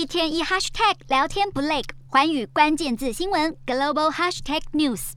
天一 hashtag 聊天不累，寰宇关键字新闻 global hashtag news。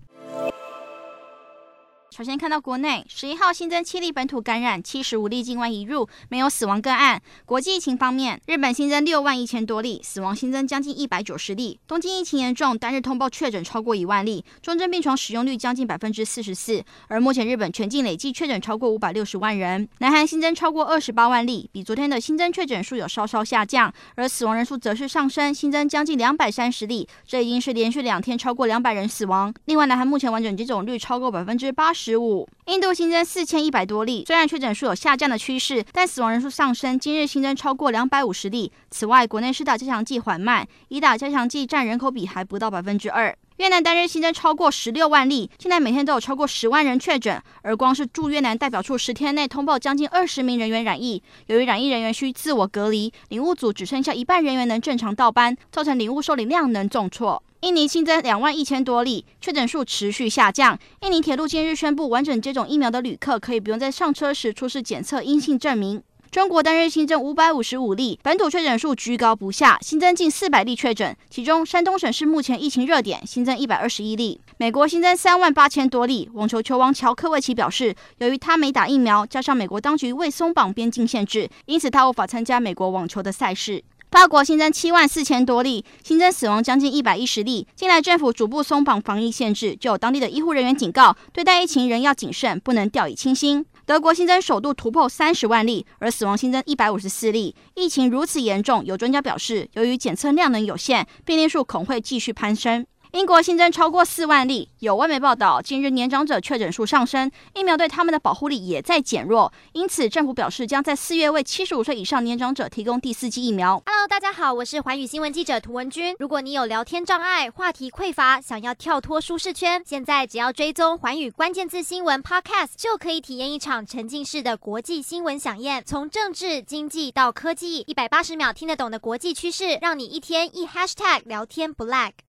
首先看到国内，11号新增7例本土感染，75例境外移入，没有死亡个案。国际疫情方面，日本新增6万1000多例，死亡新增将近190例。东京疫情严重，单日通报确诊超过1万例，重症病床使用率将近44%。而目前日本全境累计确诊超过560万人。南韩新增超过28万例，比昨天的新增确诊数有稍稍下降，而死亡人数则是上升，新增将近230例，这已经是连续2天超过200人死亡。另外，南韩目前完整接种率超过80%。印度新增4100多例，虽然确诊数有下降的趋势，但死亡人数上升，今日新增超过250例。此外，国内施打加强剂缓慢，已打加强剂占人口比还不到2%。越南单日新增超过16万例，现在每天都有超过10万人确诊，而光是驻越南代表处10天内通报将近20名人员染疫。由于染疫人员需自我隔离，领务组只剩下一半人员能正常到班，造成领务受领量能重挫。印尼新增2万1000多例，确诊数持续下降。印尼铁路今日宣布，完整接种疫苗的旅客可以不用在上车时出示检测阴性证明。中国单日新增555例，本土确诊数居高不下，新增近400例确诊，其中山东省是目前疫情热点，新增121例。美国新增3万8000多例，网球球王乔科维奇表示，由于他没打疫苗，加上美国当局未松绑边境限制，因此他无法参加美国网球的赛事。法国新增7万4000多例，新增死亡将近110例。近来政府逐步松绑防疫限制，就有当地的医护人员警告，对待疫情仍要谨慎，不能掉以轻心。德国新增首度突破30万例，而死亡新增154例。疫情如此严重，有专家表示，由于检测量能有限，病例数恐会继续攀升。英国新增超过4万例，有外媒报道，近日年长者确诊数上升，疫苗对他们的保护力也在减弱，因此政府表示将在4月为75岁以上年长者提供第4剂疫苗。 Hello， 大家好，我是寰宇新闻记者涂文君。如果你有聊天障碍、话题匮乏，想要跳脱舒适圈，现在只要追踪寰宇关键字新闻 Podcast， 就可以体验一场沉浸式的国际新闻飨宴，从政治、经济到科技，180秒听得懂的国际趋势，让你一天一 hashtag 聊天不 lag。